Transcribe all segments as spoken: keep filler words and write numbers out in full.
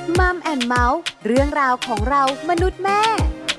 มัมแอนด์เมาส์เรื่องราวของเรามนุษย์แม่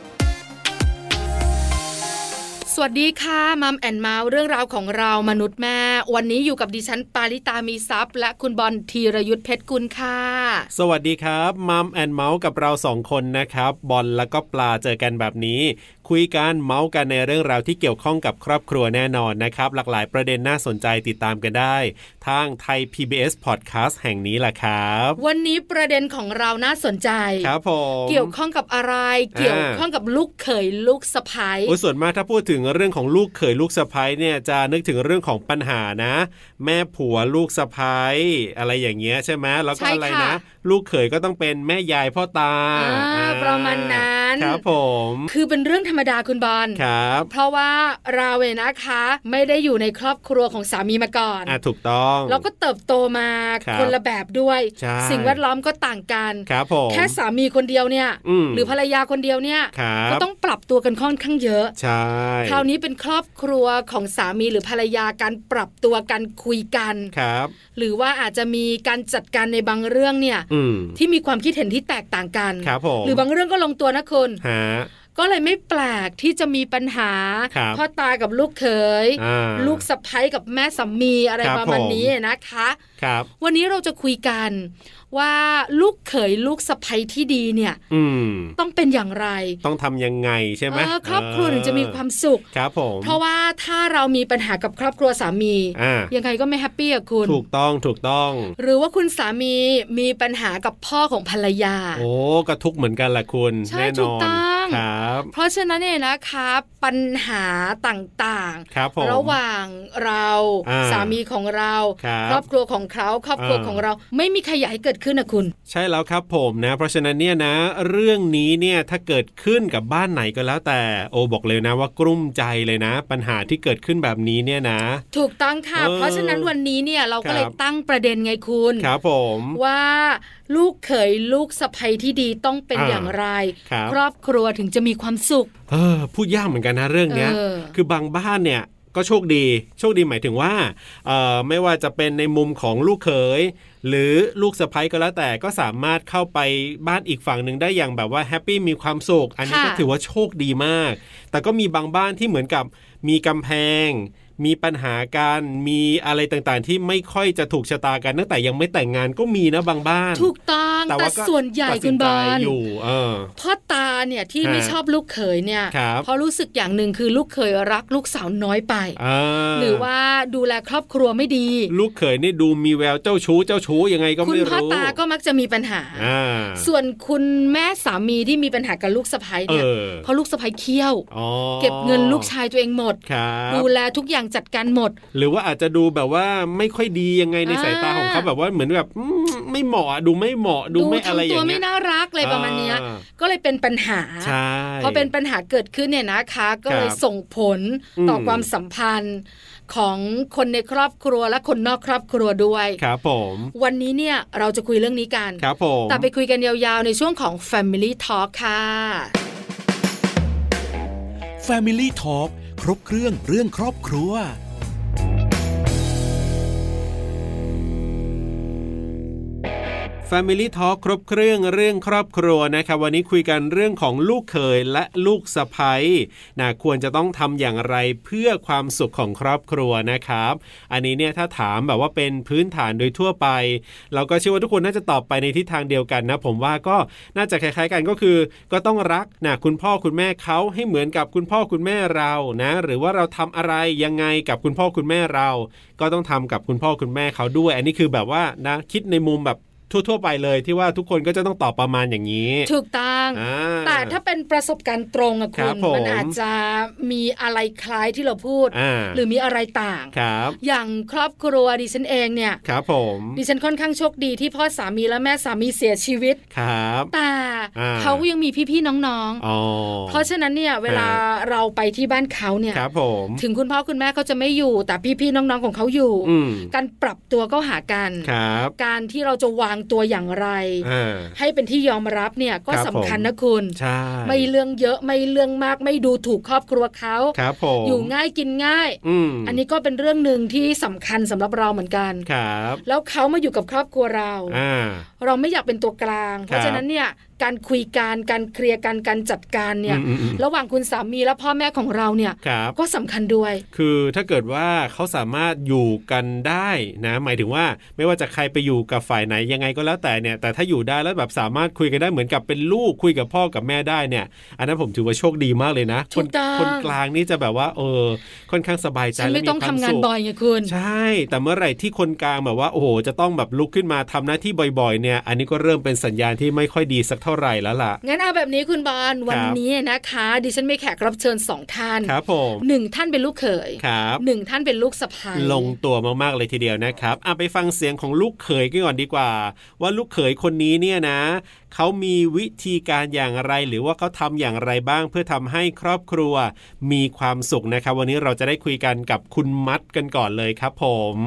สวัสดีค่ะมัมแอนเมาส์เรื่องราวของเรามนุษย์แม่วันนี้อยู่กับดิฉันปาริตามีทรัพย์และคุณบอลธีรยุทธเพชรกุลค่ะสวัสดีครับมัมแอนเมาส์กับเราสองคนนะครับบอลแล้วก็ปลาเจอกันแบบนี้คุยกันเมาส์กันในเรื่องราวที่เกี่ยวข้องกับครอบครัวแน่นอนนะครับหลากหลายประเด็นน่าสนใจติดตามกันได้ทางไทย พี บี เอส Podcast แห่งนี้แหละครับวันนี้ประเด็นของเราน่าสนใจครับผมเกี่ยวข้องกับอะไรเกี่ยวข้องกับลูกเขยลูกสะใภ้โอ้ส่วนมากถ้าพูดถึงเรื่องของลูกเขยลูกสะใภ้เนี่ยจะนึกถึงเรื่องของปัญหานะแม่ผัวลูกสะใภ้อะไรอย่างเงี้ยใช่ไหมแล้วก็อะไรนะลูกเขยก็ต้องเป็นแม่ยายพ่อตาประมาณนั้นครับผมคือเป็นเรื่องธรรมดาคุณบอลครับเพราะว่าเราเองนะคะไม่ได้อยู่ในครอบครัวของสามีมาก่อนอ่ะถูกต้องแล้วก็เติบโตมาคนละแบบด้วยสิ่งแวดล้อมก็ต่างกันครับผมแค่สามีคนเดียวเนี่ยหรือภรรยาคนเดียวเนี่ยก็ต้องปรับตัวกันค่อนข้างเยอะใช่คราวนี้เป็นครอบครัวของสามีหรือภรรยาการปรับตัวกันคุยกันครับหรือว่าอาจจะมีการจัดการในบางเรื่องเนี่ยที่มีความคิดเห็นที่แตกต่างกันหรือบางเรื่องก็ลงตัวนะคุณก็เลยไม่แปลกที่จะมีปัญหาพ่อตากับลูกเขยลูกสะใภ้กับแม่สามีอะไรประมาณนี้นะคะวันนี้เราจะคุยกันว่าลูกเขยลูกสะใภ้ที่ดีเนี่ยต้องเป็นอย่างไรต้องทำยังไงใช่ไหมครอบครัวถึงจะมีความสุขครับผมเพราะว่าถ้าเรามีปัญหากับครอบครัวสามียังไงก็ไม่แฮปปี้อะคุณถูกต้องถูกต้องหรือว่าคุณสามีมีปัญหากับพ่อของภรรยาโอ้ก็ทุกข์เหมือนกันแหละคุณแน่นอนครับเพราะฉะนั้นเนี่ยนะคะปัญหาต่างๆระหว่างเราสามีของเราครอบครัวของเขาครอบครัวของเราไม่มีใครอยากให้เกิดขึ้นนะคุณใช่แล้วครับผมนะเพราะฉะนั้นเนี่ยนะเรื่องนี้เนี่ยถ้าเกิดขึ้นกับบ้านไหนก็แล้วแต่โอบอกเลยนะว่ากลุ้มใจเลยนะปัญหาที่เกิดขึ้นแบบนี้เนี่ยนะถูกต้องค่ะเพราะฉะนั้นวันนี้เนี่ยเราก็เลยตั้งประเด็นไงคุณครับผมว่าลูกเขยลูกสะใภ้ที่ดีต้องเป็นอย่างไรค ครอบครัวถึงจะมีความสุขเออพูดยากเหมือนกันนะเรื่องเนี้ยคือบางบ้านเนี่ยก็โชคดีโชคดีหมายถึงว่าเอ่อไม่ว่าจะเป็นในมุมของลูกเขยหรือลูกสะใภ้ก็แล้วแต่ก็สามารถเข้าไปบ้านอีกฝั่งนึงได้อย่างแบบว่าแฮปปี้มีความสุขอันนี้ก็ถือว่าโชคดีมากแต่ก็มีบางบ้านที่เหมือนกับมีกำแพงมีปัญหาการมีอะไรต่างๆที่ไม่ค่อยจะถูกชะตากันตั้งแต่ยังไม่แต่งงานก็มีนะบางบ้านถูกต้องแต่ส่วนใหญ่คุณบอลอยู่เออพ่อตาเนี่ยที่ไม่ชอบลูกเขยเนี่ยเพราะรู้สึกอย่างหนึ่งคือลูกเขยรักลูกสาวน้อยไปหรือว่าดูแลครอบครัวไม่ดีลูกเขยนี่ดูมีแววเจ้าชู้เจ้าชู้ยังไงก็ไม่รู้คุณพ่อตาก็มักจะมีปัญหาส่วนคุณแม่สามีที่มีปัญหากับลูกสะใภ้เนี่ยเพราะลูกสะใภ้เคี่ยวเก็บเงินลูกชายตัวเองหมดดูแลทุกอย่างจัดการหมดหรือว่าอาจจะดูแบบว่าไม่ค่อยดียังไงในสายตาของเขาแบบว่าเหมือนแบบไม่เหมาะดูไม่เหมาะดูไม่อะไรอย่างเงี้ยดูทำตัวไม่น่ารักเลยประมาณนี้ก็เลยเป็นปัญหาพอเป็นปัญหาเกิดขึ้นเนี่ยนะคะก็เลยส่งผลต่อความสัมพันธ์ของคนในครอบครัวและคนนอกครอบครัวด้วยครับผมวันนี้เนี่ยเราจะคุยเรื่องนี้กันครับผมแต่ไปคุยกันยาวๆในช่วงของ Family Talk ค่ะ Family Talk ครบเครื่องเรื่องครอบครัว Family Talk ครบเครื่องเรื่องครอบครัวนะครับวันนี้คุยกันเรื่องของลูกเขยและลูกสะใภ้นะควรจะต้องทำอย่างไรเพื่อความสุขของครอบครัวนะครับอันนี้เนี่ยถ้าถามแบบว่าเป็นพื้นฐานโดยทั่วไปเราก็เชื่อว่าทุกคนน่าจะตอบไปในทิศทางเดียวกันนะผมว่าก็น่าจะคล้ายๆกันก็คือก็ต้องรักนะคุณพ่อคุณแม่เขาให้เหมือนกับคุณพ่อคุณแม่เรานะหรือว่าเราทำอะไรยังไงกับคุณพ่อคุณแม่เราก็ต้องทำกับคุณพ่อคุณแม่เขาด้วยอันนี้คือแบบว่านะคิดในมุมแบบทั่วๆไปเลยที่ว่าทุกคนก็จะต้องตอบประมาณอย่างนี้ถูกต้องแต่ถ้าเป็นประสบการณ์ตรงอะคุณมันอาจจะมีอะไรคล้ายที่เราพูดหรือมีอะไรต่างอย่างครอบครัวดิฉันเองเนี่ยครับผมดิฉันค่อนข้างโชคดีที่พ่อสามีและแม่สามีเสียชีวิตครับแต่เขายังมีพี่ๆน้องๆเพราะฉะนั้นเนี่ยเวลาเราไปที่บ้านเขาเนี่ยถึงคุณพ่อคุณแม่เขาจะไม่อยู่แต่พี่ๆน้องๆของเขาอยู่การปรับตัวก็หากันการที่เราจะวางตัวอย่างไรให้เป็นที่ยอมรับเนี่ยก็สำคัญนะคุณไม่เรื่องเยอะไม่เรื่องมากไม่ดูถูกครอบครัวเขาอยู่ง่ายกินง่ายอันนี้ก็เป็นเรื่องนึงที่สำคัญสำหรับเราเหมือนกันแล้วเขามาอยู่กับครอบครัวเราเราไม่อยากเป็นตัวกลางเพราะฉะนั้นเนี่ยการคุยกันการเคลียร์กันการจัดการเนี่ยระหว่างคุณสามีและพ่อแม่ของเราเนี่ยก็สำคัญด้วยคือถ้าเกิดว่าเขาสามารถอยู่กันได้นะหมายถึงว่าไม่ว่าจะใครไปอยู่กับฝ่ายไหนยังไงก็แล้วแต่เนี่ยแต่ถ้าอยู่ได้แล้วแบบสามารถคุยกันได้เหมือนกับเป็นลูกคุยกับพ่อกับแม่ได้เนี่ยอันนั้นผมถือว่าโชคดีมากเลยนะคนคนกลางนี่จะแบบว่าเออค่อนข้างสบายใจและมีความสุขไม่ต้องทำงานบ่อยไงคุณใช่แต่เมื่อไหร่ที่คนกลางแบบว่าโอ้โหจะต้องแบบลุกขึ้นมาทำหน้าที่บ่อยๆเนี่ยอันนี้ก็เริ่มเป็นสัญญาณที่ไม่ค่อยดีสักเท่าไหร่แล้วล่ะงั้นเอาแบบนี้คุณบอลวันนี้นะคะดิฉันมีแขกรับเชิญสองท่านครับผมหนึ่งท่านเป็นลูกเขยหนึ่งท่านเป็นลูกสะใภ้ลงตัวมากๆเลยทีเดียวนะครับเอาไปฟังเสียงของลูกเขยกันก่อนดีกว่าว่าลูกเขยคนนี้เนี่ยนะเขามีวิธีการอย่างไรหรือว่าเขาทำอย่างไรบ้างเพื่อทำให้ครอบครัวมีความสุขนะครับวันนี้เราจะได้คุยกันกับคุณมัดกันก่อนเลยครับผม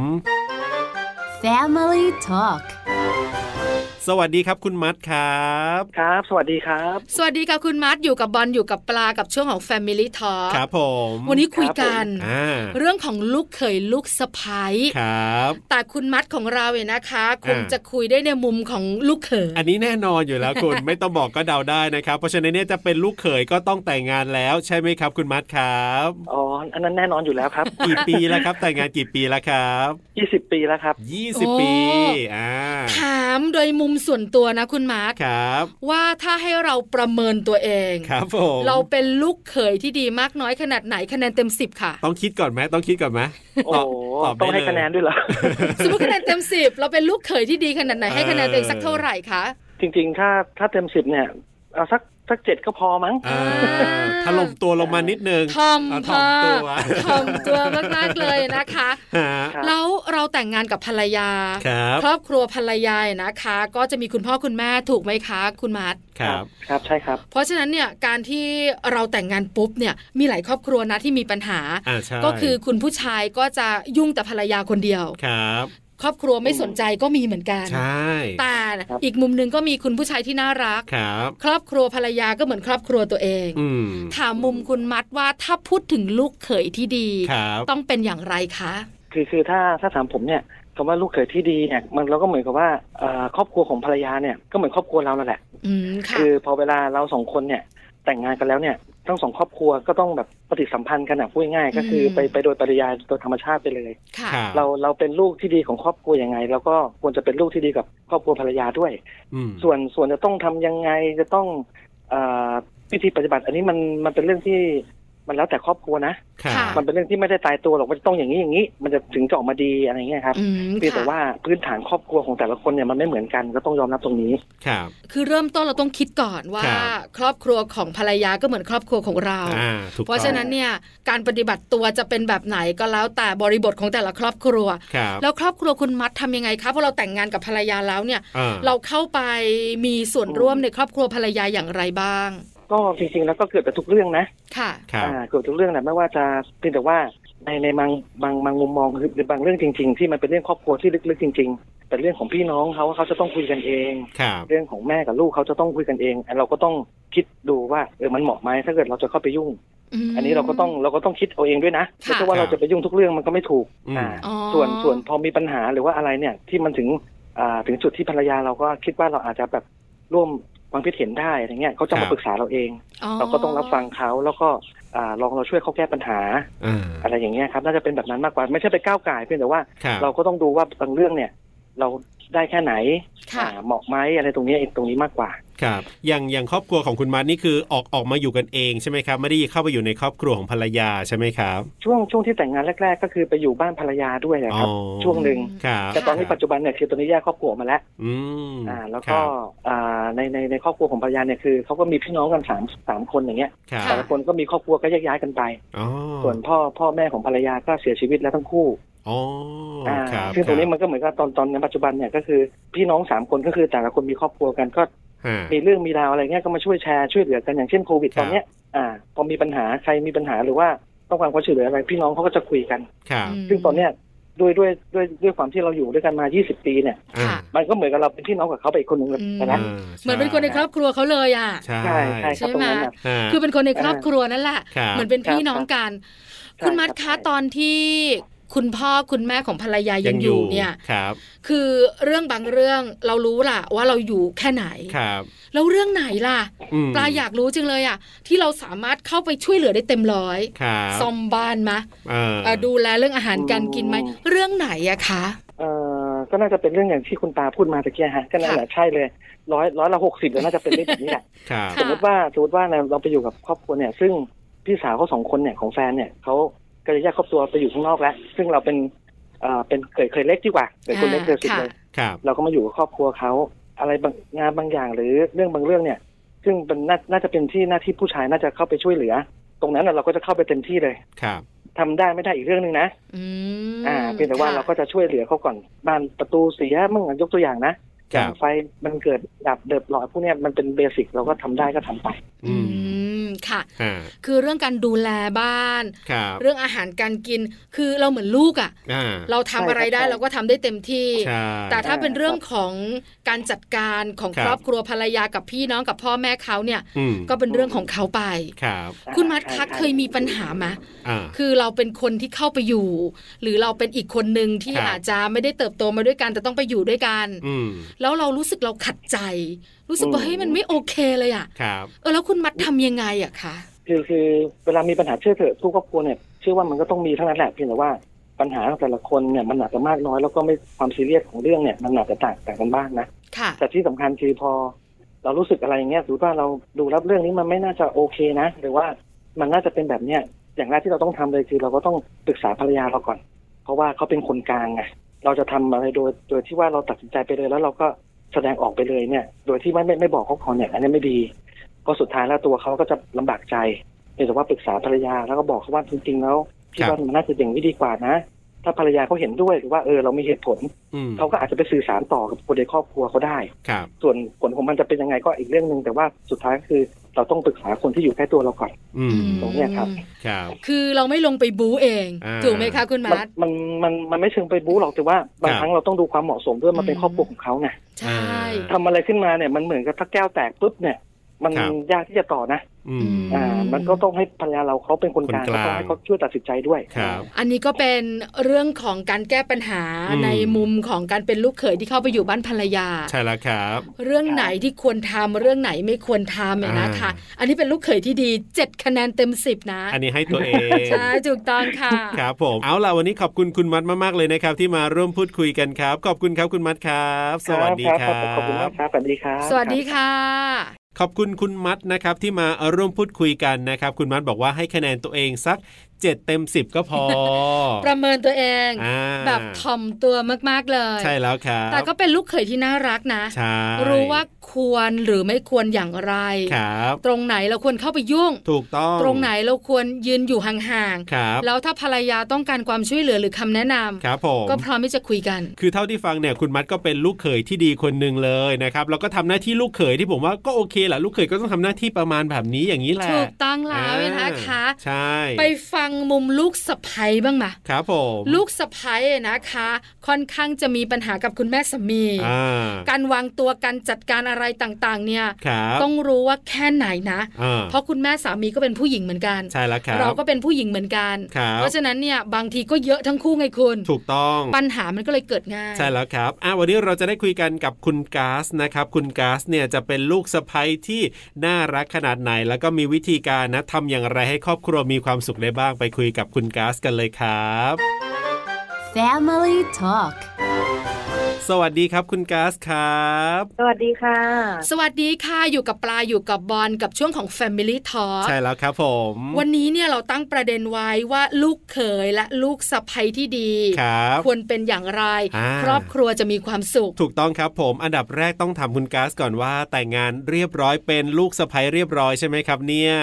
Family Talk สวัสดีครับคุณมัดครับครับสวัสดีครับสวัสดีค่ะคุณมัดอยู่กับบอลอยู่กับปลากับช่วงของ Family Talk ครับผมวันนี้คุยกันเรื่องของลูกเขยลูกสะใภ้ครับแต่คุณมัดของเราเนี่ยนะคะคงจะคุยได้ในมุมของลูกเขยอันนี้แน่นอนอยู่แล้วคุณ ไม่ต้องบอกก็เดาได้นะครับเพราะฉะนั้นเนี่ยจะเป็นลูกเขยก็ต้องแต่งงานแล้วใช่ไหมครับคุณมัดครับอ๋ออันนั้นแน่นอนอยู่แล้วครับกี่ปีแล้วครับแต่งงานกี่ปีแล้วครับยี่สิบปีแล้วครับยี่สิบปีอ่าถามโดยมุมส่วนตัวนะคุณมาร์คครับว่าถ้าให้เราประเมินตัวเองครับผมเราเป็นลูกเขยที่ดีมากน้อยขนาดไหนคะแนนเต็มสิบค่ะต้องคิดก่อนไหมต้องคิดก่อนไหมโอ้ต้องให้คะแนนด้วยเหรอสมมติคะแนนเต็มสิบเราเป็นลูกเขยที่ดีขนาดไหนให้คะแนนตัวเองสักเท่าไหร่คะจริงๆถ้าถ้าเต็มสิบเนี่ยเอาสักสักเจ็ดก็พอมั้งถ้าลงตัวลงมานิดนึงทอมทอมตัวทอมตัวมากๆเลยนะคะแล้วเราแต่งงานกับภรรยาครอบครัวภรรยานะคะก็จะมีคุณพ่อคุณแม่ถูกไหมคะคุณมัดครับครับใช่ครับเพราะฉะนั้นเนี่ยการที่เราแต่งงานปุ๊บเนี่ยมีหลายครอบครัวนะที่มีปัญหาก็คือคุณผู้ชายก็จะยุ่งแต่ภรรยาคนเดียวครับครอบครัวไม่สนใจก็มีเหมือนกันใช่แต่อีกมุมนึงก็มีคุณผู้ชายที่น่ารักครับครอบครัวภรรยาก็เหมือนครอบครัวตัวเองถามมุมคุณมัดว่าถ้าพูดถึงลูกเขยที่ดีต้องเป็นอย่างไรคะคือคือถ้าถ้าถามผมเนี่ยคำว่าลูกเขยที่ดีเนี่ยมันเราก็เหมือนกับว่าครอบครัวของภรรยาเนี่ยก็เหมือนครอบครัวเรานั่นแหละคือพอเวลาเราสองคนเนี่ยแต่งงานกันแล้วเนี่ยทั้งสองครอบครัวก็ต้องแบบปฏิสัมพันธ์กันอ่ะพูดง่ายๆก็คือไปไปโดยปริยายโดยธรรมชาติไปเลยเราเราเป็นลูกที่ดีของครอบครัวยังไงแล้วก็ควรจะเป็นลูกที่ดีกับครอบครัวภรรยาด้วยส่วนส่วนจะต้องทำยังไงจะต้องวิธีปฏิบัติอันนี้มันมันเป็นเรื่องที่มันแล้วแต่ครอบครัวนะมันเป็นเรื่องที่ไม่ได้ตายตัวหรอกว่าจะต้องอย่างนี้อย่างนี้มันจะถึงจะออกมาดีอะไรเงี้ยครับเพียงแต่ว่าพื้นฐานครอบครัวของแต่ละคนเนี่ยมันไม่เหมือนกันก็ต้องยอมรับตรงนี้ครับคือเริ่มต้นเราต้องคิดก่อนว่าครอบครัวของภรรยาก็เหมือนครอบครัวของเราเพราะฉะนั้นเนี่ยการปฏิบัติตัวจะเป็นแบบไหนก็แล้วแต่บริบทของแต่ละครอบครัวแล้วครอบครัวคุณมัดทำยังไงคะเพราะเราแต่งงานกับภรรยาแล้วเนี่ยเราเข้าไปมีส่วนร่วมในครอบครัวภรรยาอย่างไรบ้างก็จริงๆแล้วก็เกิดกับทุกเรื่องนะค่ะอ่าเกิดทุกเรื่องแหละไม่ว่าจะเพียงแต่ว่าในในบางบางบางมุมมองคือบางเรื่องจริงๆที่มันเป็นเรื่องครอบครัวที่ลึกๆจริงๆเป็นเรื่องของพี่น้องเขาเขาจะต้องคุยกันเองเรื่องของแม่กับลูกเขาจะต้องคุยกันเองเราก็ต้องคิดดูว่าเออมันเหมาะไหมถ้าเกิดเราจะเข้าไปยุ่งอันนี้เราก็ต้องเราก็ต้องคิดเอาเองด้วยนะไม่ใช่ว่าเราจะไปยุ่งทุกเรื่องมันก็ไม่ถูกอ่าส่วนส่วนพอมีปัญหาหรือว่าอะไรเนี่ยที่มันถึงอ่าถึงจุดที่ภรรยาเราก็คิดว่าเราอาจจะแบบร่วมความคิดเห็นได้อะไรเงี้ยเขาจะมาปรึกษาเราเองเราก็ต้องรับฟังเขาแล้วก็ลองเราช่วยเขาแก้ปัญหาอะไรอย่างเงี้ยครับน่าจะเป็นแบบนั้นมากกว่าไม่ใช่ไปก้าวก่ายเพียงแต่ว่าเราก็ต้องดูว่าบางเรื่องเนี่ยเราได้แค่ไหนเหมาะไหมอะไรตรงนี้ตรงนี้มากกว่าครับอย่างอย่างครอบครัวของคุณมัดนี่คือออกออกมาอยู่กันเองใช่ไหมครับไม่ได้เข้าไปอยู่ในครอบครัวของภรรยาใช่ไหมครับช่วงช่วงที่แต่งงานแรกๆก็คือไปอยู่บ้านภรรยาด้วยนะครับช่วงหนึ่งแต่ตอนนี้ปัจจุบันเนี่ยคือตอนนี้แยกครอบครัวมาแล้วอ่าแล้วก็อ่าในในในครอบครัวของภรรยาเนี่ยคือเขาก็มีพี่น้องกันสามสามคนอย่างเงี้ยแต่ละคนก็มีครอบครัวก็แยกย้ายกันไปส่วนพ่อพ่อแม่ของภรรยาก็เสียชีวิตแล้วทั้งคู่อ๋อครับซึ่งตรงนี้มันก็เหมือนกับตอนตอนในปัจจุบันเนี่ยก็คือพี่น้องสามคนก็คือแต่ละคนมีครอบครัวกันก็มีเรื่องมีราวอะไรเงี้ยก็มาช่วยแชร์ช่วยเหลือกันอย่างเช่นโควิดตอนเนี้ยอ่าพอมีปัญหาใครมีปัญหาหรือว่าต้องการความช่วยเหลืออะไรพี่น้องเขาก็จะคุยกันซึ่งตอนเนี้ยด้วยด้วยด้วยด้วยความที่เราอยู่ด้วยกันมายี่สิบปีเนี่ยมันก็เหมือนกับเราเป็นพี่น้องกับเขาไปอีกคนนึงเลยนะเหมือนเป็นคนในครอบครัวเขาเลยอ่ะใช่ใช่ใช่ไหมคือเป็นคนในครอบครัวนั่นแหละเหมือนเป็นพี่น้องกันคุณมัดคะตอนที่คุณพ่อคุณแม่ของภรรยายังอยู่เนี่ยครับคือเรื่องบางเรื่องเรารู้ล่ะว่าเราอยู่แค่ไหนครับแล้วเรื่องไหนล่ะปลาอยากรู้จังเลยอ่ะที่เราสามารถเข้าไปช่วยเหลือได้เต็มร้อยซ่อมบ้านมะดูแลเรื่องอาหารการกินไหมเรื่องไหนอะคะเออก็น่าจะเป็นเรื่องอย่างที่คุณตาพูดมาตะเกียฮะก็น่าจะใช่เลยร้อยร้อยละหกสิบแล้วน่าจะเป็นเรื่องแบบนี้แหละสมมติว่าสมมติว่าเราไปอยู่กับครอบครัวเนี่ยซึ่งพี่สาวเขาสองคนเนี่ยของแฟนเนี่ยเขาก็จะแยกครอบครัวไปอยู่ข้างนอกแล้วซึ่งเราเป็นเอ่อเป็นเคยเคยเล็กดีกว่าเคยคนเล็กเกินสุดเลยเราก็มาอยู่กับครอบครัวเขาอะไรบางงานบางอย่างหรือเรื่องบางเรื่องเนี่ยซึ่งเป็นน่าจะเป็นที่หน้าที่ผู้ชายน่าจะเข้าไปช่วยเหลือตรงนั้นเราก็จะเข้าไปเต็มที่เลยครับทำได้ไม่ได้อีกเรื่องนึงนะอ่าเพียงแต่ว่าเราก็จะช่วยเหลือเขาก่อนบ้านประตูเสียมั่งยกตัวอย่างนะอย่างไฟมันเกิดดับเดือดร้อนพวกนี้มันเป็นเบสิกเราก็ทำได้ก็ทำไปอืมค่ะคือเรื่องการดูแลบ้านเรื่องอาหารการกินคือเราเหมือนลูกอ่ะเราทำอะไรได้เราก็ทำได้เต็มที่แต่ถ้าเป็นเรื่องของการจัดการของครอบครัวภรรยากับพี่น้องกับพ่อแม่เขาเนี่ยก็เป็นเรื่องของเขาไปคุณมัดคะเคยมีปัญหาไหมคือเราเป็นคนที่เข้าไปอยู่หรือเราเป็นอีกคนนึงที่อาจจะไม่ได้เติบโตมาด้วยกันแต่ต้องไปอยู่ด้วยกันแล้วเรารู้สึกเราขัดใจรู้สึกว่าเฮ้ยมันไม่โอเคเลยอ่ะเออแล้วคุณมัดทำยังไงอ่ะคะคือคือเวลามีปัญหาเชื่อเถอะทุกครอบครัวเนี่ยเชื่อว่ามันก็ต้องมีทั้งนั้นแหละเพียงแต่ว่าปัญหาของแต่ละคนเนี่ยมันอาจจะมากน้อยแล้วก็ไม่ความซีเรียสของเรื่องเนี่ยมันอาจจะต่างต่างกันบ้างนะแต่ที่สำคัญคือพอเรารู้สึกอะไรอย่างเงี้ยถือว่าเราดูรับเรื่องนี้มันไม่น่าจะโอเคนะหรือว่ามันน่าจะเป็นแบบเนี้ยอย่างแรกที่เราต้องทำเลยคือเราก็ต้องปรึกษาภรรยาเราก่อนเพราะว่าเขาเป็นคนกลางไงเราจะทำอะไรโดยโดยที่ว่าเราตัดสินใจไปเลยแล้วเราก็แสดงออกไปเลยเนี่ยโดยที่ไม่ไม่ไม่บอกเขาก่อนเนี่ยอันนี้ไม่ดีเพราะสุดท้ายแล้วตัวเขาก็จะลำบากใจแต่ว่าปรึกษาภรรยาแล้วก็บอกเขาว่าจริงๆแล้วที่ว่ามันน่าจะอย่างนี้ดีกว่านะถ้าภรรยาเขาเห็นด้วยหรือว่าเออเรามีเหตุผลเขาก็อาจจะไปสื่อสารต่อกับคนในครอบครัวเขาได้ส่วนผลของมันจะเป็นยังไงก็อีกเรื่องนึงแต่ว่าสุดท้ายคือเราต้องปรึกษาคนที่อยู่ใกล้ตัวเราก่อนตรงนี้ครับคือเราไม่ลงไปบู๊เองถูกไหมคะคุณมัดมันมันมันไม่เชิงไปบู๊หรอกแต่ว่าบางครั้งเราต้องดูความเหมาะสมด้วยมันเป็นครอบครัวของเขาไงใช่ทำอะไรขึ้นมาเนี่ยมันเหมือนกับถ้าแก้วแตกปุ๊บเนี่ยมันยากที่จะต่อนะอ่ามันก็ต้องให้ภรรยาเราเขาเป็นคนกลางก็ต้องให้เขาช่วยตัดสินใจด้วยอันนี้ก็เป็นเรื่องของการแก้ปัญหาในมุมของการเป็นลูกเขยที่เข้าไปอยู่บ้านภรรยาใช่แล้วครับเรื่องไหนที่ควรทำเรื่องไหนไม่ควรทำเนี่ยนะคะอันนี้เป็นลูกเขยที่ดีเจ็ดคะแนนเต็มสิบนะอันนี้ให้ตัวเองใช่ถูกต้องค่ะครับผมเอาล่ะวันนี้ขอบคุณคุณมัดมากๆเลยนะครับที่มาร่วมพูดคุยกันครับขอบคุณครับคุณมัดครับสวัสดีครับขอบคุณมากครับสวัสดีครับสวัสดีค่ะขอบคุณคุณมัดนะครับที่มาร่วมพูดคุยกันนะครับคุณมัดบอกว่าให้คะแนนตัวเองสักเจ็ดเต็มสิบก็พอประเมินตัวเองแบบถ่อมตัวมากๆเลยใช่แล้วครับแต่ก็เป็นลูกเขยที่น่ารักนะรู้ว่าควรหรือไม่ควรอย่างไรตรงไหนเราควรเข้าไปยุ่งถูกต้องตรงไหนเราควรยืนอยู่ห่างๆแล้วถ้าภรรยาต้องการความช่วยเหลือหรือคำแนะนำก็พร้อมที่จะคุยกันคือเท่าที่ฟังเนี่ยคุณมัดก็เป็นลูกเขยที่ดีคนนึงเลยนะครับแล้วก็ทำหน้าที่ลูกเขยที่ผมว่าก็โอเคแหละลูกเขยก็ต้องทำหน้าที่ประมาณแบบนี้อย่างนี้แหละถูกต้องแล้วนะคะใช่ไปฟังมุมลูกสะใภ้บ้างมั้ยครับผมลูกสะใภ้นะคะค่อนข้างจะมีปัญหากับคุณแม่สามีการวางตัวการจัดการอะไรต่างๆเนี่ยต้องรู้ว่าแค่ไหนนะเพราะคุณแม่สามีก็เป็นผู้หญิงเหมือนกันใช่แล้วครับเราก็เป็นผู้หญิงเหมือนกันเพราะฉะนั้นเนี่ยบางทีก็เยอะทั้งคู่ไงคุณถูกต้องปัญหามันก็เลยเกิดง่ายใช่แล้วครับอ่ะวันนี้เราจะได้คุยกันกับคุณก๊าซนะครับคุณก๊าซเนี่ยจะเป็นลูกสะใภ้ที่น่ารักขนาดไหนแล้วก็มีวิธีการนะทำอย่างไรให้ครอบครัวมีความสุขได้บ้างไปคุยกับคุณก๊าซกันเลยครับ Family Talk สวัสดีครับคุณก๊าซครับสวัสดีค่ะสวัสดีค่ะอยู่กับปลาอยู่กับบอลกับช่วงของ Family Talk ใช่แล้วครับผมวันนี้เนี่ยเราตั้งประเด็นไว้ว่าลูกเขยและลูกสะใภ้ที่ดีควรเป็นอย่างไรครอบครัวจะมีความสุขถูกต้องครับผมอันดับแรกต้องถามคุณก๊าซก่อนว่าแต่งงานเรียบร้อยเป็นลูกสะใภ้เรียบร้อยใช่ไหมครับเนี่ย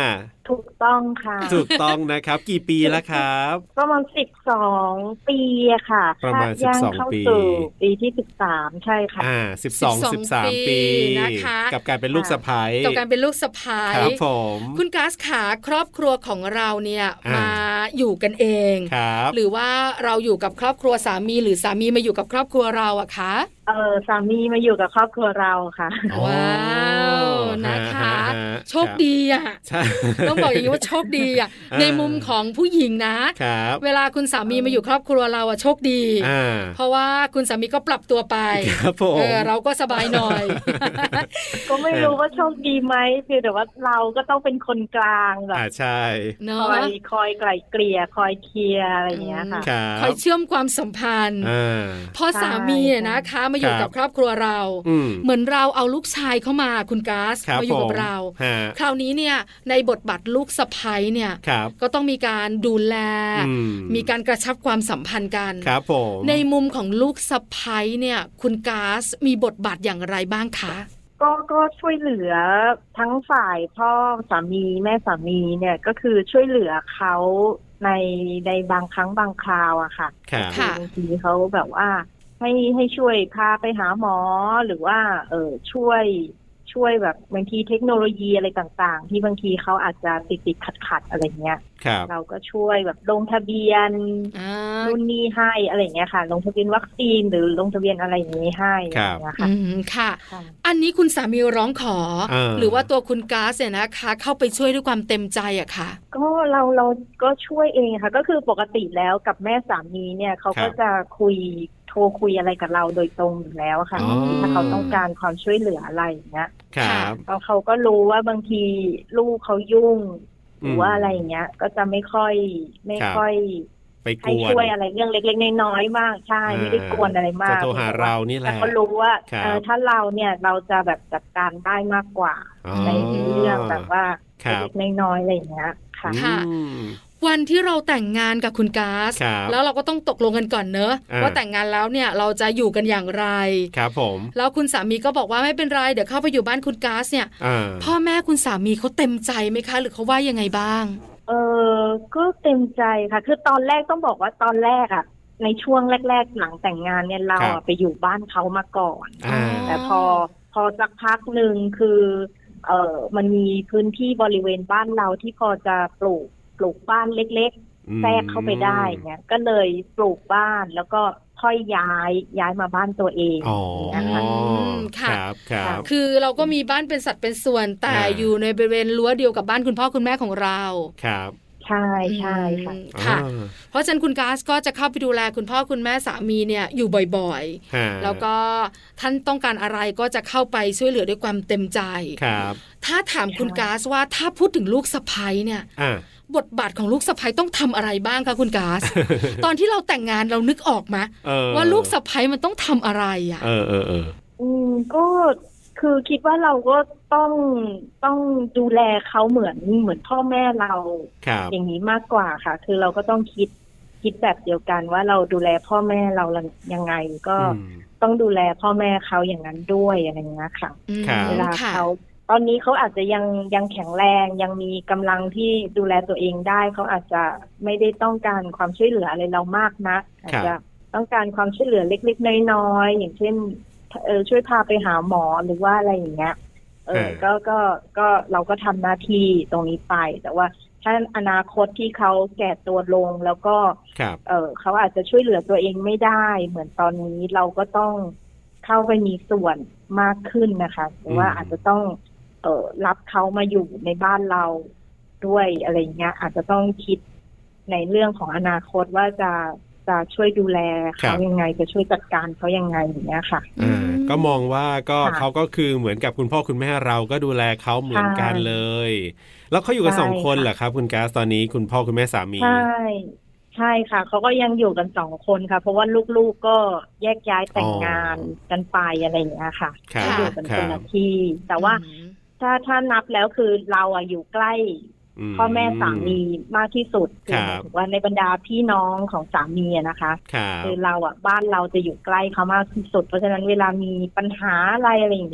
ถูกต้องค่ะถูกต้องนะครับกี่ปีแล้วครับประมาณสิบสองปีค่ะประมาณสิบสองปีปีที่สิบสามใช่ค่ะอ่าสิบสอง สิบสามปีนะคะกับการเป็นลูกสะใภ้กับการเป็นลูกสะใภ้ครับผมคุณก๊าซขาครอบครัวของเราเนี่ยมาอยู่กันเองหรือว่าเราอยู่กับครอบครัวสามีหรือสามีมาอยู่กับครอบครัวเราอะคะเออสามีมาอยู่กับครอบครัวเราค่ะว้าวนะคะโชคดีอ่ะต้องบอกอย่างนี้ว่าโชคดีอ่ะในมุมของผู้หญิงนะเวลาคุณสามีมาอยู่ครอบครัวเราอ่ะโชคดีเพราะว่าคุณสามีก็ปรับตัวไปเออเราก็สบายหน่อยก็ไม่รู้ว่าโชคดีไหมเพียงแต่ว่าเราก็ต้องเป็นคนกลางแบบใช่คอยคอยไกล่เกลี่ยคอยเคลียร์อะไรอย่างเงี้ยค่ะคอยเชื่อมความสัมพันธ์พอสามีนะคะมาอยู่กับครอบครัวเราเหมือนเราเอาลูกชายเข้ามาคุณก๊าซมาอยู่กับเราคราวนี้เนี่ยในบทบาทลูกสะใภ้เนี่ยก็ต้องมีการดูแลมีการกระชับความสัมพันธ์กันในมุมของลูกสะใภ้เนี่ยคุณก๊าซมีบทบาทอย่างไรบ้างคะก็ก็ช่วยเหลือทั้งฝ่ายพ่อสามีแม่สามีเนี่ยก็คือช่วยเหลือเขาในในบางครั้งบางคราวอะค่ะบางทีเขาแบบว่าให้ให้ช่วยพาไปหาหมอหรือว่าเออช่วยช่วยแบบบางทีเทคโนโลยีอะไรต่างๆที่บางทีเขาอาจจะติดติดขัดขัดอะไรเงี้ยเราก็ช่วยแบบลงทะเบียนนู่นนี่ให้อะไรเงี้ยค่ะลงทะเบียนวัคซีนหรือลงทะเบียนอะไรอย่างนี้ให้ค่ะค่ะอันนี้คุณสามีร้องขอหรือว่าตัวคุณก๊าซเนี่ยนะคะเข้าไปช่วยด้วยความเต็มใจอะค่ะก็เราเราก็ช่วยเองค่ะก็คือปกติแล้วกับแม่สามีเนี่ยเขาก็จะคุยโทรคุยอะไรกับเราโดยตรงอยู่แล้วค่ะถ้าเขาต้องการความช่วยเหลืออะไรอย่างเงี้ยเขาเขาก็รู้ว่าบางทีลูกเขายุ่งหรือว่าอะไรอย่างเงี้ยก็จะไม่ค่อยไม่ค่อยให้ช่วยอะไรเรื่องเล็กๆน้อยๆมากใช่ไม่ได้กวนอะไรมากจะโทรหาเรานี่แหละแต่ก็รู้ว่าถ้าเราเนี่ยเราจะแบบจัดการได้มากกว่าในเรื่องแบบว่าเล็กๆน้อยๆอะไรอย่างเงี้ยค่ะวันที่เราแต่งงานกับคุณก๊าซแล้วเราก็ต้องตกลงกันก่อนเนอะว่าแต่งงานแล้วเนี่ยเราจะอยู่กันอย่างไรครับผมแล้วคุณสามีก็บอกว่าไม่เป็นไรเดี๋ยวเข้าไปอยู่บ้านคุณก๊าซเนี่ยพ่อแม่คุณสามีเขาเต็มใจไหมคะหรือเขาว่ายังไงบ้างเออก็เต็มใจค่ะคือตอนแรกต้องบอกว่าตอนแรกอ่ะในช่วงแรกๆหลังแต่งงานเนี่ยเราไปอยู่บ้านเขามาก่อนแต่พอพอสักพักนึงคือเออมันมีพื้นที่บริเวณบ้านเราที่พอจะปลูกปลูกบ้านเล็กๆแทรกเข้าไปได้เนี่ยก็เลยปลูกบ้านแล้วก็ค่อยย้ายย้ายมาบ้านตัวเองนะคะค่ะครับคือเราก็มีบ้านเป็นสัดเป็นส่วนแต่อยู่ในบริเวณรั้วเดียวกับบ้านคุณพ่อคุณแม่ของเราครับใช่ใช่ค่ะค่ะเพราะฉะนั้นคุณก๊าซก็จะเข้าไปดูแลคุณพ่อคุณแม่สามีเนี่ยอยู่บ่อยๆแล้วก็ท่านต้องการอะไรก็จะเข้าไปช่วยเหลือด้วยความเต็มใจครับถ้าถามคุณก๊าซว่าถ้าพูดถึงลูกสะใภ้เนี่ยบทบาทของลูกสะใภ้ต้องทำอะไรบ้างคะคุณก๊าซ ตอนที่เราแต่งงานเรานึกออกไหมว่าลูกสะใภ้มันต้องทำอะไรอ่ะเออเออเอออืมก็คือคิดว่าเราก็ต้องต้องดูแลเขาเหมือนเหมือนพ่อแม่เราอย่างนี้มากกว่าค่ะคือเราก็ต้องคิดคิดแบบเดียวกันว่าเราดูแลพ่อแม่เรายังไงก็ต้องดูแลพ่อแม่เขาอย่างนั้นด้วยอะไรอย่างเงี้ยค่ะเวลาเขาตอนนี้เขาอาจจะยังยังแข็งแรงยังมีกำลังที่ดูแลตัวเองได้เขาอาจจะไม่ได้ต้องการความช่วยเหลืออะไรเรามากนะอาจจะต้องการความช่วยเหลือเล็กๆน้อยๆอย่างเช่นเออช่วยพาไปหาหมอหรือว่าอะไรอย่างเงี้ยเออก็ก็ก็เราก็ทำหน้าที่ตรงนี้ไปแต่ว่าถ้าอนาคตที่เขาแก่ตัวลงแล้วก็เออเขาอาจจะช่วยเหลือตัวเองไม่ได้เหมือนตอนนี้เราก็ต้องเข้าไปมีส่วนมากขึ้นนะคะหรือว่าอาจจะต้องเออรับเขามาอยู่ในบ้านเราด้วยอะไรเงี้ยอาจจะต้องคิดในเรื่องของอนาคตว่าจะจะช่วยดูแลเขายังไงจะช่วยจัดการเขายังไงอย่างเงี้ยค่ะอ่าก็มองว่าก็เขาก็คือเหมือนกับคุณพ่อคุณแม่เราก็ดูแลเขาเหมือนกันเลยแล้วเขาอยู่กันสองคนเหรอครับคุณก๊าซตอนนี้คุณพ่อคุณแม่สามีใช่ใช่ค่ะเขาก็ยังอยู่กันสองคนค่ะเพราะว่าลูกๆก็แยกย้ายแต่งงานกันไปอะไรอย่างเงี้ยค่ะก็อยู่กันคนละที่แต่ว่าถ้าถ้านับแล้วคือเราอะอยู่ใกล้พ่อแม่สามีมากที่สุดคือหมายถึงว่าในบรรดาพี่น้องของสามีนะคะคือเราอ่ะบ้านเราจะอยู่ใกล้เขามากที่สุดเพราะฉะนั้นเวลามีปัญหาอะไรอะไรอย่างเงี้ย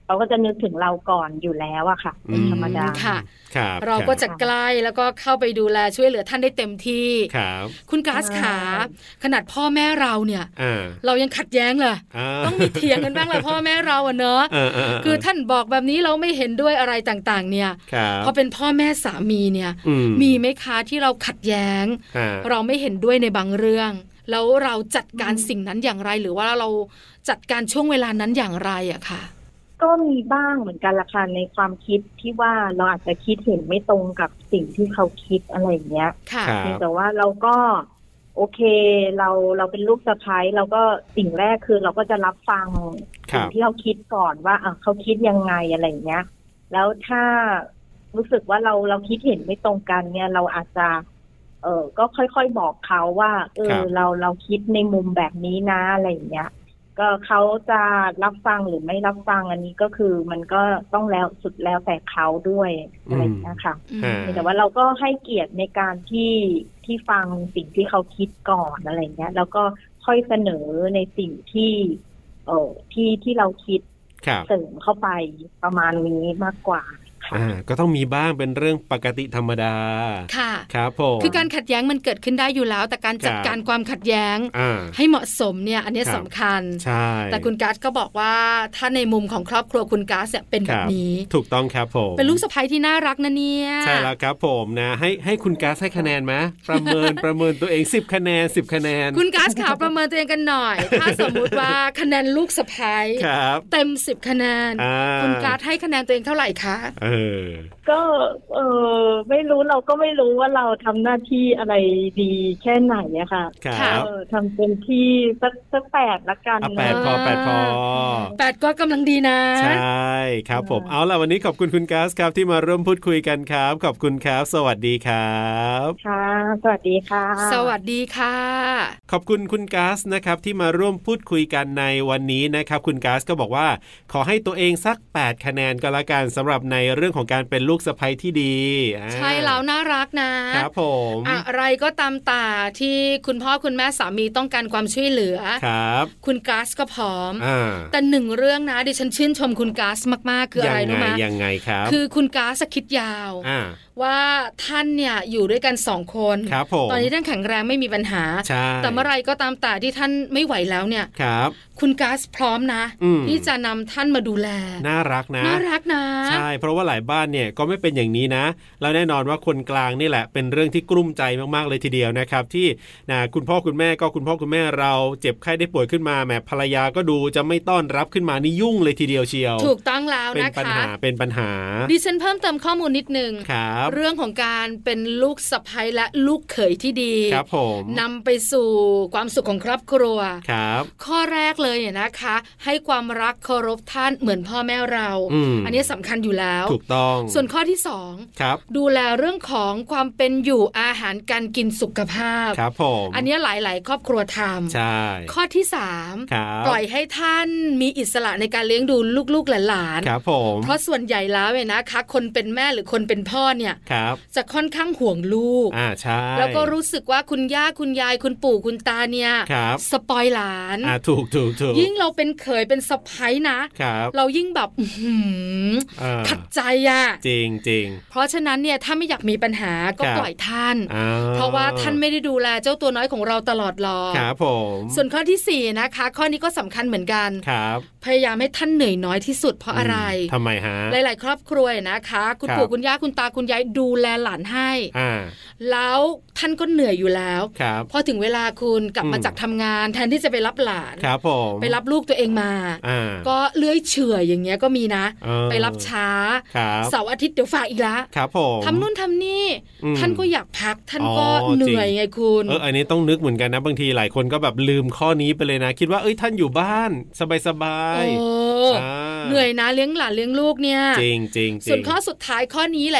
เขาก็จะนึกถึงเราก่อนอยู่แล้วอะค่ะเป็นธรรมดาค่ะเราก็จะใกล้แล้วก็เข้าไปดูแลช่วยเหลือท่านได้เต็มที่คุณก๊าซขาขนาดพ่อแม่เราเนี่ยเรายังขัดแย้งเลยต้องมีเถียงกันบ้างแหละพ่อแม่เราอะเนอะคือท่านบอกแบบนี้เราไม่เห็นด้วยอะไรต่างๆเนี่ยพอเป็นพ่อแม่สามีเนี่ยมีไหมคะที่เราขัดแย้งเราไม่เห็นด้วยในบางเรื่องแล้วเราจัดการสิ่งนั้นอย่างไรหรือว่าเราจัดการช่วงเวลานั้นอย่างไรอะค่ะก็มีบ้างเหมือนกันละค่ะในความคิดที่ว่าเราอาจจะคิดเห็นไม่ตรงกับสิ่งที่เขาคิดอะไรอย่างเงี้ยค่ะแต่ว่าเราก็โอเคเราเราเป็นลูกสะใภ้เราก็สิ่งแรกคือเราก็จะรับฟังสิ่งที่เขาคิดก่อนว่าอ่ะเขาคิดยังไงอะไรอย่างเงี้ยแล้วถ้ารู้สึกว่าเราเราคิดเห็นไม่ตรงกันเนี่ยเราอาจจะเออก็ค่อยๆบอกเขาว่าเออเราเราคิดในมุมแบบนี้นะอะไรอย่างเงี้ยก็เขาจะรับฟังหรือไม่รับฟังอันนี้ก็คือมันก็ต้องแล้วสุดแล้วแต่เขาด้วยอะไรอย่างเงี้ยค่ะแต่ว่าเราก็ให้เกียรติในการที่ที่ฟังสิ่งที่เขาคิดก่อนอะไรเงี้ยแล้วก็ค่อยเสนอในสิ่งที่เออที่ที่เราคิดเสริมเข้าไปประมาณนี้มากกว่าอ่าก็ต้องมีบ้างเป็นเรื่องปกติธรรมดาค่ะครับผมคือการขัดแย้งมันเกิดขึ้นได้อยู่แล้วแต่การจัดการความขัดแย้งให้เหมาะสมเนี่ยอันนี้สำคัญใช่แต่คุณก๊าซก็บอกว่าถ้าในมุมของครอบครัวคุณก๊าซเนี่ยเป็นแบบนี้ถูกต้องครับผมเป็นลูกสะใภ้ที่น่ารักนะเนี่ยใช่แล้วครับผมนะให้ให้คุณก๊าซให้คะแนนไหมประเมิน ประเมินตัวเองสิบคะแนนสิบคะแนนคุณก๊าซขาประเมินตัวเองกันหน่อยถ้าสมมุติว่าคะแนนลูกสะใภ้เต็มสิบคะแนนคุณก๊าซให้คะแนนตัวเองเท่าไหร่คะเออก็เออไม่รู้เราก็ไม่รู้ว่าเราทำหน้าที่อะไรดีแค่ไหนอะค่ะเออทำเต็มที่สักสักแปดละกันแปดพอแปดพอแปดก็กำลังดีนะใช่ครับผมเอาล่ะวันนี้ขอบคุณคุณก๊าซครับที่มาร่วมพูดคุยกันครับขอบคุณครับสวัสดีครับค่ะสวัสดีค่ะสวัสดีค่ะขอบคุณคุณก๊าซนะครับที่มาร่วมพูดคุยกันในวันนี้นะครับคุณก๊าซก็บอกว่าขอให้ตัวเองสักแปดคะแนนก็แล้วกันสำหรับในเรื่องของการเป็นลูกสะใภ้ที่ดีใช่แล้วน่ารักนะครับผมอะไรก็ตามตาที่คุณพ่อคุณแม่สามีต้องการความช่วยเหลือครับคุณก๊าซก็พร้อมแต่หนึ่งเรื่องนะดิฉันชื่นชมคุณก๊าซมากๆคืออะไรรู้ไหมยังไงครับคือคุณก๊าซคิดยาวว่าท่านเนี่ยอยู่ด้วยกันสองคนตอนนี้ท่านแข็งแรงไม่มีปัญหาแต่เมื่อไรก็ตามแต่ที่ท่านไม่ไหวแล้วเนี่ยคุณก๊าซพร้อมนะที่จะนำท่านมาดูแลน่ารักนะน่ารักนะใช่เพราะว่าหลายบ้านเนี่ยก็ไม่เป็นอย่างนี้นะแล้วแน่นอนว่าคนกลางนี่แหละเป็นเรื่องที่กลุ้มใจมากๆเลยทีเดียวนะครับที่นะคุณพ่อคุณแม่ก็คุณพ่อคุณแม่เราเจ็บไข้ได้ป่วยขึ้นมาแหมภรรยาก็ดูจะไม่ต้อนรับขึ้นมานี่ยุ่งเลยทีเดียวเชียวถูกต้องแล้วนะคะเป็นปัญหาเป็นปัญหาดิฉันเพิ่มเติมข้อมูลนิดนึงครับเรื่องของการเป็นลูกสะใภ้และลูกเขยที่ดีครับผมนำไปสู่ความสุขของครอบครัวครับข้อแรกเลยเนี่ยนะคะให้ความรักเคารพท่านเหมือนพ่อแม่เรา อ, อันนี้สำคัญอยู่แล้วถูกต้องส่วนข้อที่สองครับดูแลเรื่องของความเป็นอยู่อาหารการกินสุขภาพครับผมอันนี้หลายๆครอบครัวทำใช่ข้อที่สามปล่อยให้ท่านมีอิสระในการเลี้ยงดูลูกๆหลานๆครับผมเพราะส่วนใหญ่แล้วเนี่ยนะคะคนเป็นแม่หรือคนเป็นพ่อเนี่ยจะค่อนข้างห่วงลูกอ่าใช่แล้วก็รู้สึกว่าคุณย่าคุณยายคุณปู่คุณตาเนี่ยสปอยหลานอ่าถูกถูกถูกยิ่งเราเป็นเขยเป็นสะใภ้นะเรายิ่งแบบขัดใจอ่ะจริงจริงเพราะฉะนั้นเนี่ยถ้าไม่อยากมีปัญหาก็ปล่อยท่านเพราะว่าท่านไม่ได้ดูแลเจ้าตัวน้อยของเราตลอดหรอกครับผมส่วนข้อที่สี่นะคะข้อนี้ก็สำคัญเหมือนกันครับพยายามให้ท่านเหนื่อยน้อยที่สุดเพราะอะไรทำไมฮะหลายๆครอบครัวนะคะคุณปู่คุณย่าคุณตาคุณยายดูแลหลานให้แล้วท่านก็เหนื่อยอยู่แล้วพอถึงเวลาคุณกลับมาจากทำงานแทนที่จะไปรับหลานไปรับลูกตัวเองมาก็เลื่อยเฉื่อยอย่างเงี้ยก็มีนะไปรับช้าเสาร์อาทิตย์เดี๋ยวฝากอีกละทำนู่นทำนี่ท่านก็อยากพักท่านก็เหนื่อยไงคุณเอออันนี้ต้องนึกเหมือนกันนะบางทีหลายคนก็แบบลืมข้อนี้ไปเลยนะคิดว่าเอ้ยท่านอยู่บ้านสบายๆเหนื่อยนะเลี้ยงหลานเลี้ยงลูกเนี่ยจริงจริงส่วนข้อสุดท้ายข้อนี้หลายๆครอบ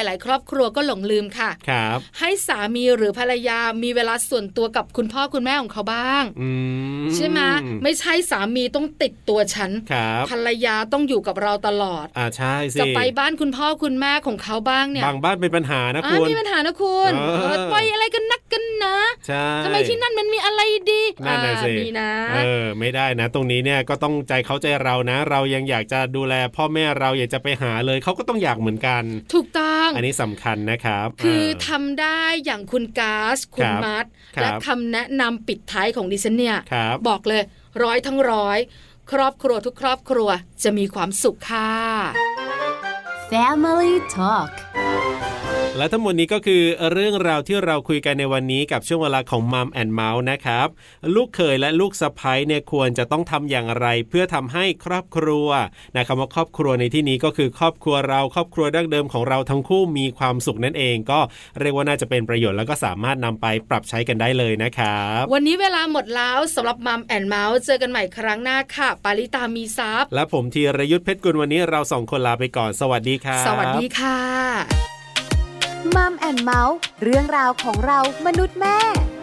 ครัวก็หลงลืมค่ะครับให้สามีหรือภรรยามีเวลาส่วนตัวกับคุณพ่อคุณแม่ของเขาบ้างใช่ไหมไม่ใช่สามีต้องติดตัวฉันภรรยาต้องอยู่กับเราตลอดอ่าใช่สิจะไปบ้านคุณพ่อคุณแม่ของเขาบ้างเนี่ยบางบ้านเป็นปัญหานะคุณมีปัญหานะคุณไปอะไรกันนักกันนะทำไมที่นั่นมันมีอะไรดีนั่นน่ะสินะเออไม่ได้นะตรงนี้เนี่ยก็ต้องใจเขาใจเรานะเรายังอยากจะดูแลพ่อแม่เราอยากจะไปหาเลยเขาก็ต้องอยากเหมือนกันถูกต้องอันนี้สำคัญนะครับคือทำได้อย่างคุณกาสคุณมัดและคำแนะนำปิดท้ายของดิฉันเนี่ยบอกเลยร้อยทั้งร้อยครอบครัวทุกครอบครัวจะมีความสุขค่ะ Family Talk และทั้งหมดนี้ก็คือเรื่องราวที่เราคุยกันในวันนี้กับช่วงเวลาของมัมแอนด์เมาส์นะครับลูกเขยและลูกสะใภ้เนี่ยควรจะต้องทำอย่างไรเพื่อทำให้ครอบครัวนะครับว่าครอบครัวในที่นี้ก็คือครอบครัวเราครอบครัวดั้งเดิมของเราทั้งคู่มีความสุขนั่นเองก็เรียกว่าน่าจะเป็นประโยชน์แล้วก็สามารถนำไปปรับใช้กันได้เลยนะครับวันนี้เวลาหมดแล้วสำหรับมัมแอนด์เมาส์เจอกันใหม่ครั้งหน้าค่ะปาริตามีซัพย์และผมธีรยุทธเพชรกุลวันนี้เราสองคนลาไปก่อนสวัสดีครับสวัสดีค่ะมัมแอนด์เมาส์เรื่องราวของเรามนุษย์แม่